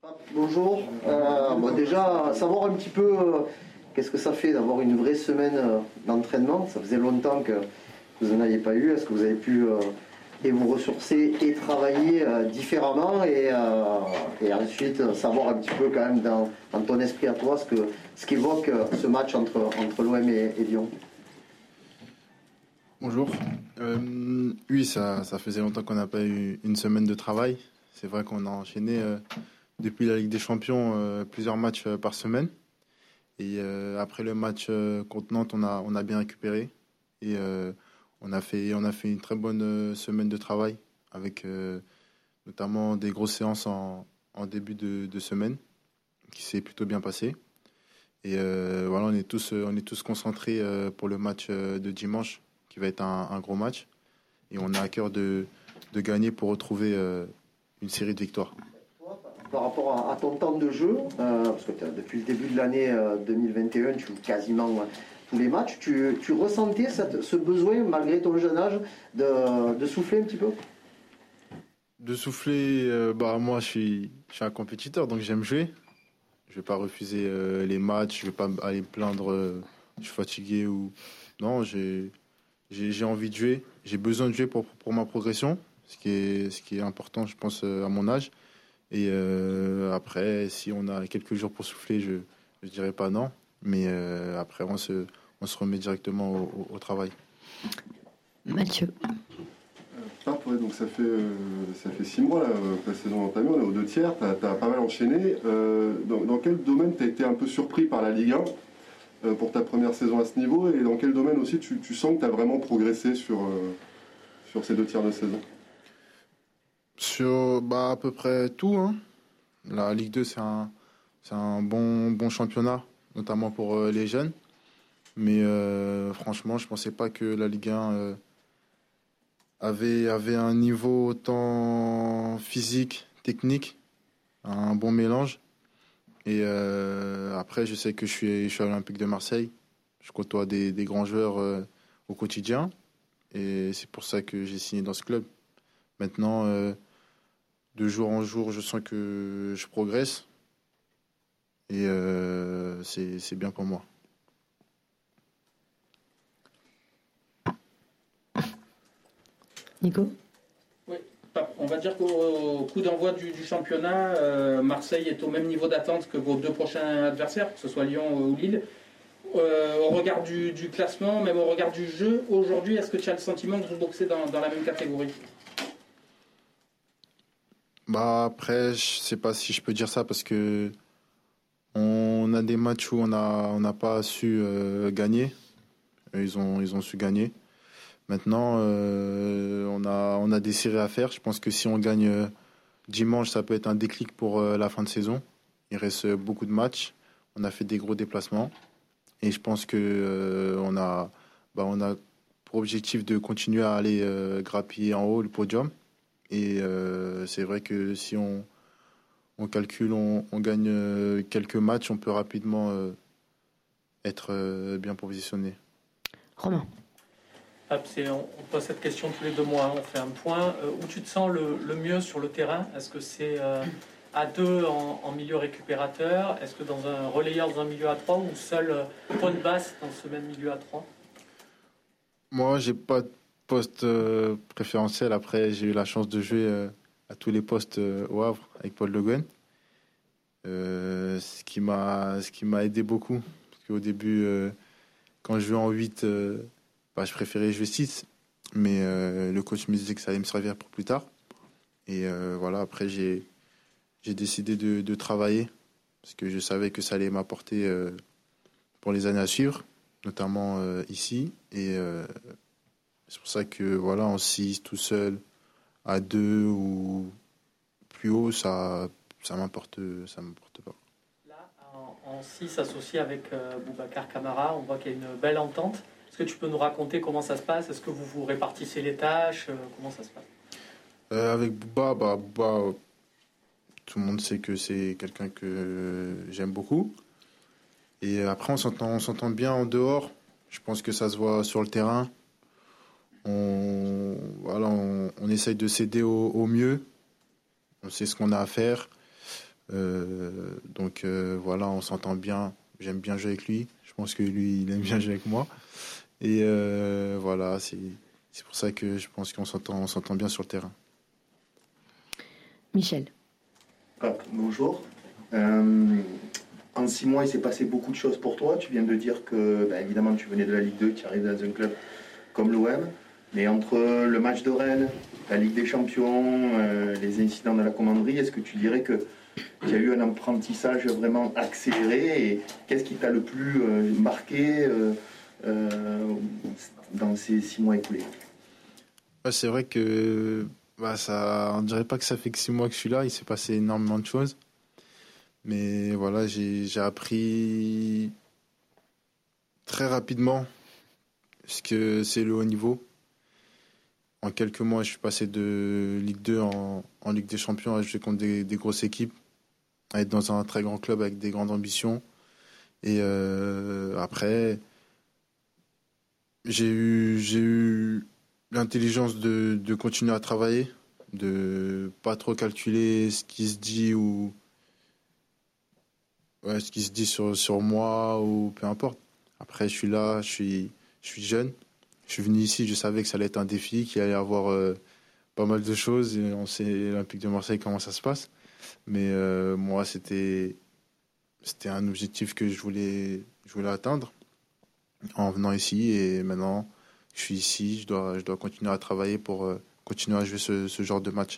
Bonjour. Déjà, savoir un petit peu qu'est-ce que ça fait d'avoir une vraie semaine d'entraînement. Ça faisait longtemps que vous n'en aviez pas eu. Est-ce que vous avez pu et vous ressourcer et travailler différemment et ensuite savoir un petit peu quand même dans ton esprit à toi ce qu'évoque ce match entre l'OM et Lyon. Bonjour. Oui, ça faisait longtemps qu'on n'a pas eu une semaine de travail. C'est vrai qu'on a enchaîné depuis la Ligue des Champions plusieurs matchs par semaine. Et après le match contre Nantes, on a bien récupéré. Et on a fait une très bonne semaine de travail avec notamment des grosses séances en début de semaine qui s'est plutôt bien passé. Et voilà, on est tous concentrés pour le match de dimanche qui va être un gros match. Et on a à cœur de gagner pour retrouver une série de victoires. Par rapport à ton temps de jeu, parce que depuis le début de l'année 2021, tu joues quasiment tous les matchs, tu ressentais ce besoin, malgré ton jeune âge, de souffler un petit peu? De souffler, moi je suis un compétiteur, donc j'aime jouer. Je vais pas refuser les matchs, je vais pas aller me plaindre, je suis fatigué ou... Non, j'ai envie de jouer, j'ai besoin de jouer pour ma progression, ce qui est important, je pense, à mon âge. Et après, si on a quelques jours pour souffler, je dirais pas non. Mais après, on se remet directement au travail. Mathieu. Donc ça fait 6 mois là, que la saison est entamée, on est aux 2 tiers, tu as pas mal enchaîné. Dans quel domaine tu as été un peu surpris par la Ligue 1 pour ta première saison à ce niveau, et dans quel domaine aussi tu sens que tu as vraiment progressé sur ces 2 tiers de saison? Sur à peu près tout, hein. La Ligue 2, c'est un bon championnat, notamment pour les jeunes. Mais franchement, je pensais pas que la Ligue 1 avait un niveau autant physique, technique, un bon mélange. Et après, je sais que je suis à l'Olympique de Marseille. Je côtoie des grands joueurs au quotidien. Et c'est pour ça que j'ai signé dans ce club. Maintenant, de jour en jour, je sens que je progresse. Et c'est bien pour moi. Nico? Oui, on va dire qu'au coup d'envoi du championnat, Marseille est au même niveau d'attente que vos 2 prochains adversaires, que ce soit Lyon ou Lille. Au regard du classement, même au regard du jeu, aujourd'hui, est-ce que tu as le sentiment que vous boxez dans la même catégorie? Après, je sais pas si je peux dire ça parce que on a des matchs où on n'a pas su gagner. Ils ont su gagner. Maintenant, on a des séries à faire. Je pense que si on gagne dimanche, ça peut être un déclic pour la fin de saison. Il reste beaucoup de matchs. On a fait des gros déplacements. Et je pense que on a pour objectif de continuer à aller grappiller en haut le podium. Et c'est vrai que si on calcule, on gagne quelques matchs, on peut rapidement être bien positionné. Romain. On pose cette question tous les 2 mois, on fait un point. Où tu te sens le mieux sur le terrain? Est-ce que c'est à 2 en milieu récupérateur? Est-ce que dans un relayeur dans un milieu à 3 ou seul point de basse dans ce même milieu à 3? Moi, j'ai pas de poste préférentiel. Après, j'ai eu la chance de jouer à tous les postes au Havre avec Paul Le Guen. Ce qui m'a aidé beaucoup. Parce qu'au début, quand je jouais en 8, je préférais jouer 6. Mais le coach me disait que ça allait me servir pour plus tard. Et voilà, après, j'ai décidé de travailler. Parce que je savais que ça allait m'apporter pour les années à suivre, notamment ici. Et c'est pour ça que voilà, en 6, tout seul, à 2 ou plus haut, ça m'importe pas. Là, en 6 associé avec Boubacar Kamara, on voit qu'il y a une belle entente. Est-ce que tu peux nous raconter comment ça se passe? Est-ce que vous vous répartissez les tâches? Comment ça se passe? Avec Bouba, Bouba, tout le monde sait que c'est quelqu'un que j'aime beaucoup. Et après, on s'entend bien en dehors. Je pense que ça se voit sur le terrain. On essaye de s'aider au mieux. On sait ce qu'on a à faire. Voilà, on s'entend bien. J'aime bien jouer avec lui. Je pense que lui, il aime bien jouer avec moi. Et voilà, c'est pour ça que je pense qu'on s'entend bien sur le terrain. Michel. Bonjour. En 6 mois, il s'est passé beaucoup de choses pour toi. Tu viens de dire que, évidemment, tu venais de la Ligue 2, tu arrives dans un club comme l'OM. Mais entre le match de Rennes, la Ligue des Champions, les incidents de la commanderie, est-ce que tu dirais qu'il y a eu un apprentissage vraiment accéléré? Et qu'est-ce qui t'a le plus marqué dans ces 6 mois écoulés? Ouais, c'est vrai que on ne dirait pas que ça fait que 6 mois que je suis là. Il s'est passé énormément de choses. Mais voilà, j'ai appris très rapidement ce que c'est le haut niveau. En quelques mois, je suis passé de Ligue 2 en Ligue des Champions à jouer contre des grosses équipes, à être dans un très grand club avec des grandes ambitions. Et après, j'ai eu l'intelligence de continuer à travailler, de pas trop calculer ce qui se dit ce qui se dit sur moi ou peu importe. Après, je suis là, je suis jeune. Je suis venu ici, je savais que ça allait être un défi, qu'il allait y avoir pas mal de choses. Et on sait l'Olympique de Marseille comment ça se passe. Mais moi, c'était un objectif que je voulais atteindre en venant ici. Et maintenant, je suis ici, je dois continuer à travailler pour continuer à jouer ce genre de match.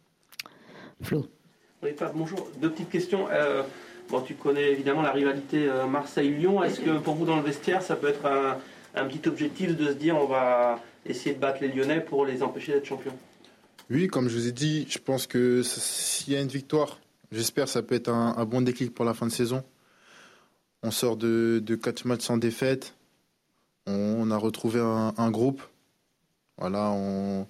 Flo. Oui, Fab, bonjour. 2 petites questions. Tu connais évidemment la rivalité Marseille-Lyon. Est-ce que pour vous dans le vestiaire, ça peut être un petit objectif de se dire on va essayer de battre les Lyonnais pour les empêcher d'être champions? Oui, comme je vous ai dit, je pense que s'il y a une victoire, j'espère que ça peut être un bon déclic pour la fin de saison. On sort de 4 matchs sans défaite. On a retrouvé un groupe. Voilà, on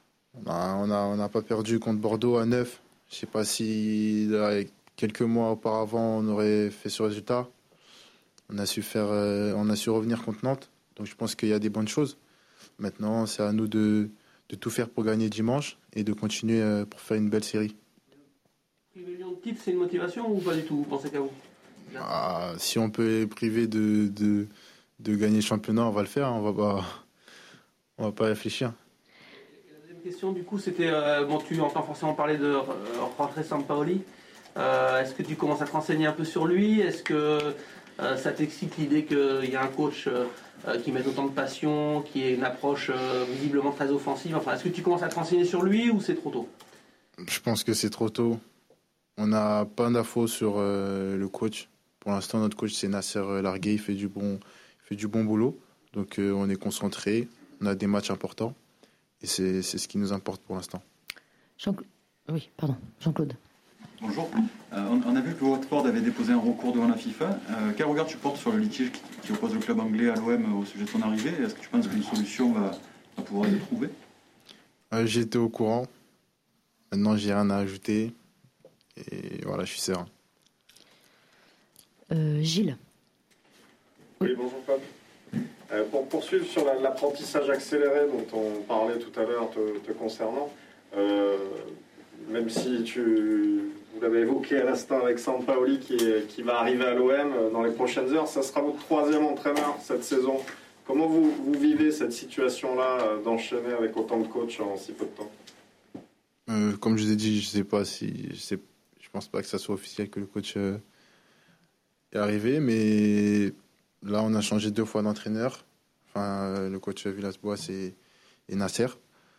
n'a pas perdu contre Bordeaux à 9. Je ne sais pas si quelques mois auparavant on aurait fait ce résultat. On a su revenir contre Nantes. Donc je pense qu'il y a des bonnes choses. Maintenant, c'est à nous de tout faire pour gagner dimanche et de continuer pour faire une belle série. Priver Lyon de titre, c'est une motivation ou pas du tout? Vous pensez qu'à vous? Si on peut les priver de gagner le championnat, on va le faire. On va pas réfléchir. La deuxième question, du coup, c'était tu entends forcément parler de Jorge Sampaoli. Est-ce que tu commences à te renseigner un peu sur lui? Est-ce que ça t'excite l'idée qu'il y a un coach qui met autant de passion, qui ait une approche visiblement très offensive? Enfin, est-ce que tu commences à te renseigner sur lui ou c'est trop tôt? Je pense que c'est trop tôt. On n'a pas d'infos sur le coach. Pour l'instant, notre coach, c'est Nasser Largué. Il fait du bon boulot. Donc, on est concentré. On a des matchs importants. Et c'est ce qui nous importe pour l'instant. Jean-Claude. Bonjour. On a vu que Watford avait déposé un recours devant la FIFA. Quel regard tu portes sur le litige qui oppose le club anglais à l'OM au sujet de ton arrivée? Est-ce que tu penses qu'une solution va pouvoir être trouvée? J'ai été au courant. Maintenant, j'ai rien à ajouter. Et voilà, je suis serein. Gilles. Oui, bonjour Fab. Pour poursuivre sur l'apprentissage accéléré dont on parlait tout à l'heure te concernant, même si vous l'avez évoqué à l'instant avec Sampaoli qui va arriver à l'OM dans les prochaines heures, ça sera votre 3e entraîneur cette saison. Comment vous vivez cette situation-là d'enchaîner avec autant de coachs en si peu de temps? Comme je vous ai dit, je pense pas que ça soit officiel que le coach est arrivé, mais là on a changé 2 fois d'entraîneur. Enfin, le coach Villas-Boas et Nasser.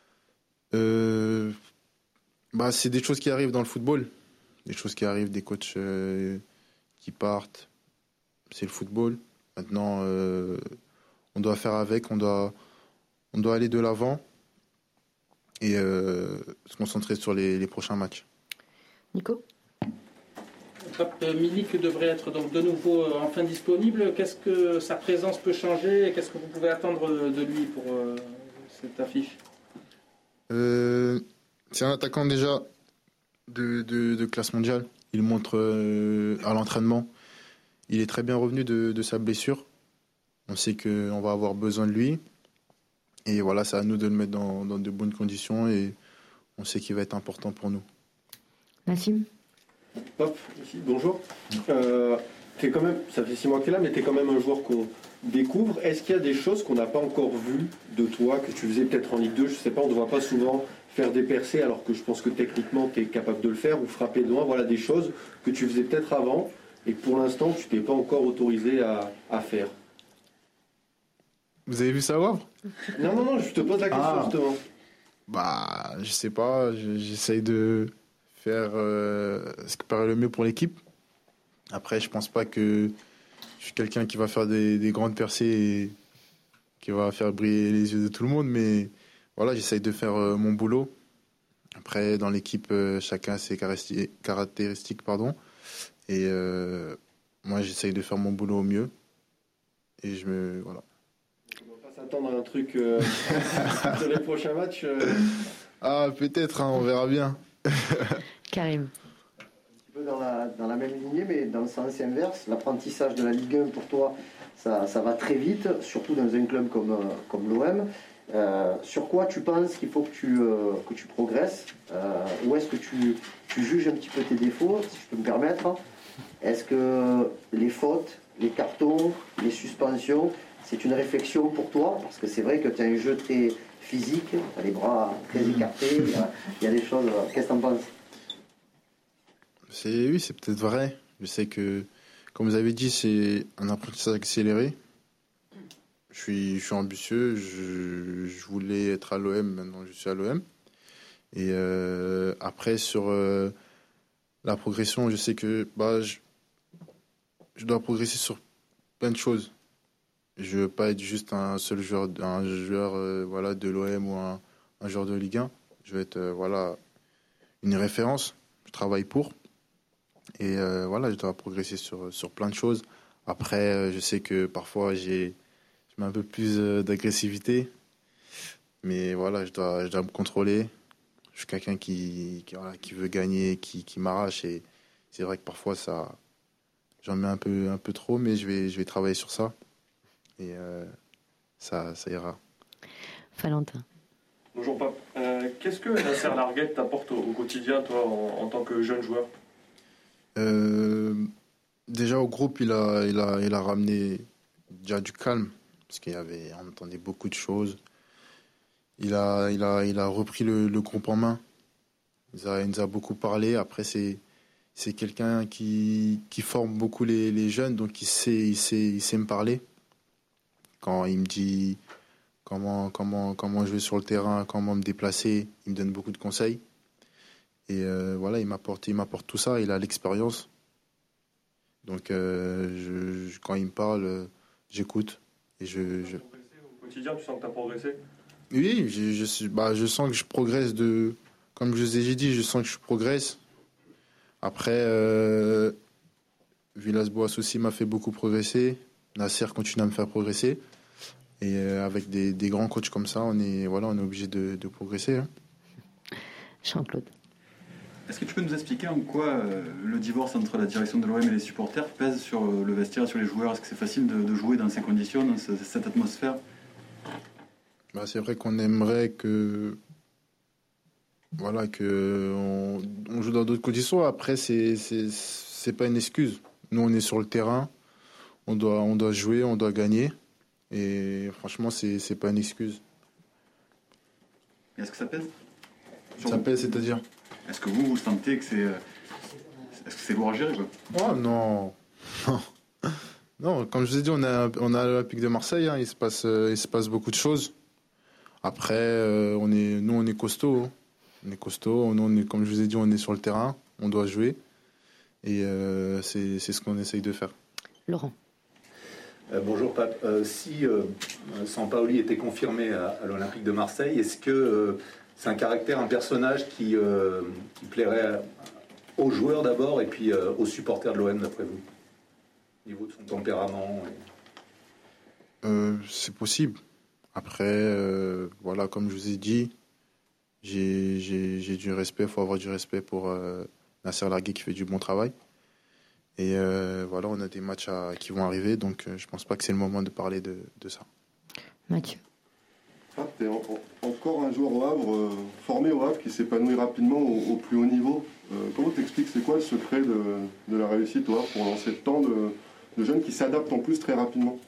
C'est des choses qui arrivent dans le football. Des choses qui arrivent, des coachs qui partent. C'est le football. Maintenant, on doit faire avec, on doit aller de l'avant et se concentrer sur les prochains matchs. Nico. Milik devrait être donc de nouveau enfin disponible. Qu'est-ce que sa présence peut changer et qu'est-ce que vous pouvez attendre de lui pour cette affiche? C'est un attaquant déjà de classe mondiale. Il montre à l'entraînement. Il est très bien revenu de sa blessure. On sait qu'on va avoir besoin de lui. Et voilà, c'est à nous de le mettre dans de bonnes conditions. Et on sait qu'il va être important pour nous. Nassim. Hop, ici, bonjour. T'es quand même, ça fait 6 mois que tu es là, mais tu es quand même un joueur qu'on découvre. Est-ce qu'il y a des choses qu'on n'a pas encore vues de toi, que tu faisais peut-être en Ligue 2? Je sais pas, on ne te voit pas souvent faire des percées, alors que je pense que techniquement tu es capable de le faire, ou frapper de loin. Voilà des choses que tu faisais peut-être avant, et que pour l'instant tu t'es pas encore autorisé à faire. Vous avez vu ça, Wavre? Non, je te pose la question justement. Bah, je sais pas, j'essaye de faire ce qui paraît le mieux pour l'équipe. Après, je pense pas que je suis quelqu'un qui va faire des grandes percées et qui va faire briller les yeux de tout le monde, mais voilà, j'essaye de faire mon boulot. Après, dans l'équipe, chacun a ses caractéristiques, pardon. Et moi, j'essaye de faire mon boulot au mieux. Et voilà. On va pas s'attendre à un truc sur les prochains matchs. Ah, peut-être, hein, on verra bien. Karim. Un petit peu dans la même lignée, mais dans le sens inverse. L'apprentissage de la Ligue 1, pour toi, ça va très vite, surtout dans un club comme l'OM. Sur quoi tu penses qu'il faut que tu progresses? Où est-ce que tu juges un petit peu tes défauts, si je peux me permettre? Est-ce que les fautes, les cartons, les suspensions, c'est une réflexion pour toi? Parce que c'est vrai que tu as un jeu très physique, tu as les bras très écartés, il y a des choses. Qu'est-ce que tu en penses? Oui, c'est peut-être vrai. Je sais que, comme vous avez dit, c'est un apprentissage accéléré. Je suis ambitieux. Je voulais être à l'OM, maintenant je suis à l'OM. Et après, sur la progression, je sais que je dois progresser sur plein de choses. Je veux pas être juste un joueur de l'OM ou un joueur de Ligue 1. Je veux être une référence. Je travaille pour. Et je dois progresser sur plein de choses. Après, je sais que parfois je mets un peu plus d'agressivité. Mais voilà, je dois me contrôler. Je suis quelqu'un qui veut gagner, qui m'arrache. Et c'est vrai que parfois, j'en mets un peu trop, mais je vais travailler sur ça. Et ça ira. Valentin. Bonjour Pape. Qu'est-ce que Nasser Larguet t'apporte au quotidien, toi, en tant que jeune joueur? Déjà au groupe, il a ramené déjà du calme, parce on entendait beaucoup de choses. Il a repris le groupe en main. Il nous a beaucoup parlé. Après, c'est quelqu'un qui forme beaucoup les jeunes, donc il sait me parler. Quand il me dit comment jouer sur le terrain, comment me déplacer, il me donne beaucoup de conseils. Et il m'apporte tout ça. Il a l'expérience. Donc quand il me parle, j'écoute. Et Au quotidien, tu sens que tu as progressé? Oui, je sens que je progresse comme je vous ai dit, je sens que je progresse. Après, Villas-Boas aussi m'a fait beaucoup progresser. Nasser continue à me faire progresser. Et avec des grands coachs comme ça, on est obligé de progresser. Hein. Jean-Claude. Est-ce que tu peux nous expliquer en quoi le divorce entre la direction de l'OM et les supporters pèse sur le vestiaire et sur les joueurs? Est-ce que c'est facile de jouer dans ces conditions, dans cette atmosphère? C'est vrai qu'on aimerait que on joue dans d'autres conditions. Après, c'est pas une excuse. Nous, on est sur le terrain, on doit jouer, on doit gagner. Et franchement, c'est pas une excuse. Est-ce que ça pèse? Ça pèse, c'est-à-dire? Est-ce que vous sentez que c'est lourd à gérer, quoi? Oh non. Non, comme je vous ai dit, on a l'Olympique de Marseille, hein, il se passe beaucoup de choses. Après, on est costaud. Hein. On est costaud, comme je vous ai dit, on est sur le terrain, on doit jouer. Et c'est ce qu'on essaye de faire. Laurent. Bonjour Pape. Si Sampaoli était confirmé à l'Olympique de Marseille, est-ce que c'est un personnage qui plairait aux joueurs d'abord et puis aux supporters de l'OM d'après vous, au niveau de son tempérament C'est possible. Après, comme je vous ai dit, j'ai du respect, il faut avoir du respect pour Nasser Larguet qui fait du bon travail. Et on a des matchs qui vont arriver, donc je pense pas que c'est le moment de parler de ça. Mathieu. Tu es encore un joueur au Havre, formé au Havre, qui s'épanouit rapidement au plus haut niveau. Comment t'expliques, c'est quoi le secret de la réussite au Havre pour lancer tant de jeunes qui s'adaptent en plus très rapidement?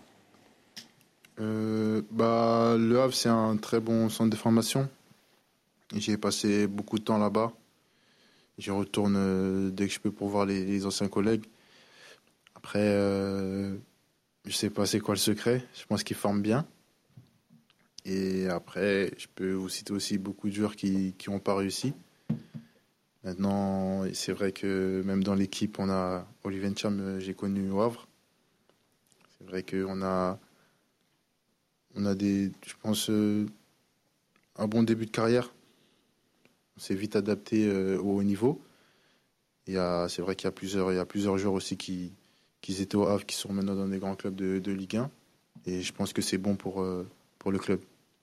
Le Havre, c'est un très bon centre de formation. J'ai passé beaucoup de temps là-bas. J'y retourne dès que je peux pour voir les anciens collègues. Après, je sais pas c'est quoi le secret. Je pense qu'ils forment bien. Et après, je peux vous citer aussi beaucoup de joueurs qui n'ont pas réussi. Maintenant, c'est vrai que même dans l'équipe, on a Olivier Ncham, j'ai connu au Havre. C'est vrai qu'on a je pense, un bon début de carrière. On s'est vite adapté au haut niveau. C'est vrai qu'il y a plusieurs joueurs aussi qui étaient au Havre, qui sont maintenant dans des grands clubs de Ligue 1. Et je pense que c'est bon pour le club.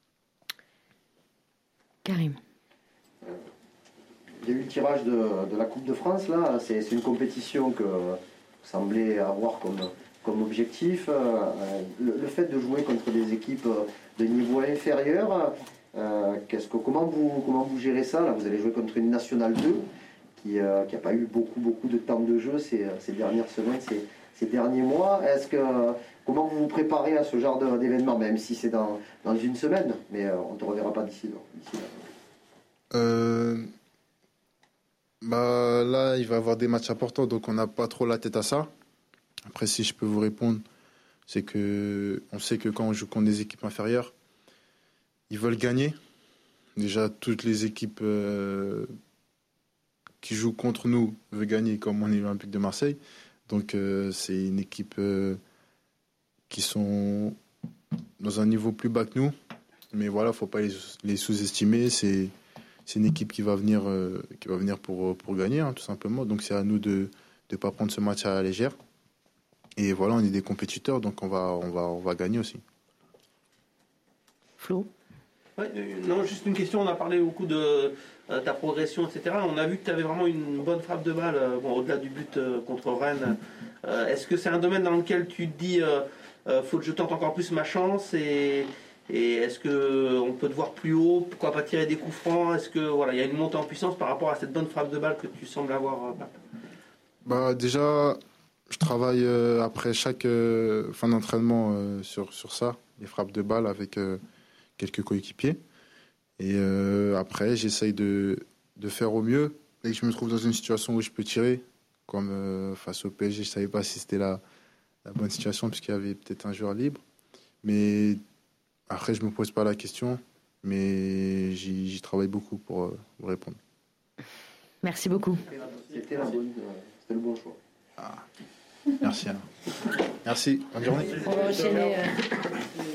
Karim. Il y a eu le tirage de la Coupe de France, là. C'est une compétition que vous semblez avoir comme objectif. Le fait de jouer contre des équipes de niveau inférieur, comment vous gérez ça? Là, vous allez jouer contre une Nationale 2 qui n'a pas eu beaucoup de temps de jeu ces dernières semaines, ces derniers mois. Comment vous vous préparez à ce genre d'événement, même si c'est dans une semaine, mais on ne te reverra pas d'ici là. Là, il va y avoir des matchs importants, donc on n'a pas trop la tête à ça. Après, si je peux vous répondre, c'est que on sait que quand on joue contre des équipes inférieures, ils veulent gagner. Déjà, toutes les équipes qui jouent contre nous veulent gagner, comme on est l'Olympique de Marseille. Donc, c'est une équipe qui sont dans un niveau plus bas que nous. Mais voilà, faut pas les sous-estimer. C'est une équipe qui va venir pour gagner, hein, tout simplement. Donc, c'est à nous de ne pas prendre ce match à la légère. Et voilà, on est des compétiteurs, donc on va gagner aussi. Flo? Ouais, non, juste une question. On a parlé beaucoup de ta progression, etc. On a vu que tu avais vraiment une bonne frappe de balle, au-delà du but contre Rennes. Est-ce que c'est un domaine dans lequel tu te dis faut que je tente encore plus ma chance et est-ce qu'on peut te voir plus haut? Pourquoi pas tirer des coups francs? Est-ce que voilà, il y a une montée en puissance par rapport à cette bonne frappe de balle que tu sembles avoir? Déjà, je travaille après chaque fin d'entraînement sur ça, les frappes de balle avec quelques coéquipiers. Et après, j'essaye de faire au mieux. Dès que je me trouve dans une situation où je peux tirer, comme face au PSG, je ne savais pas si c'était la bonne situation puisqu'il y avait peut-être un joueur libre. Mais après, je ne me pose pas la question, mais j'y travaille beaucoup pour vous répondre. Merci beaucoup. C'était le bon choix. Merci. Merci. Bonne journée. On va enchaîner.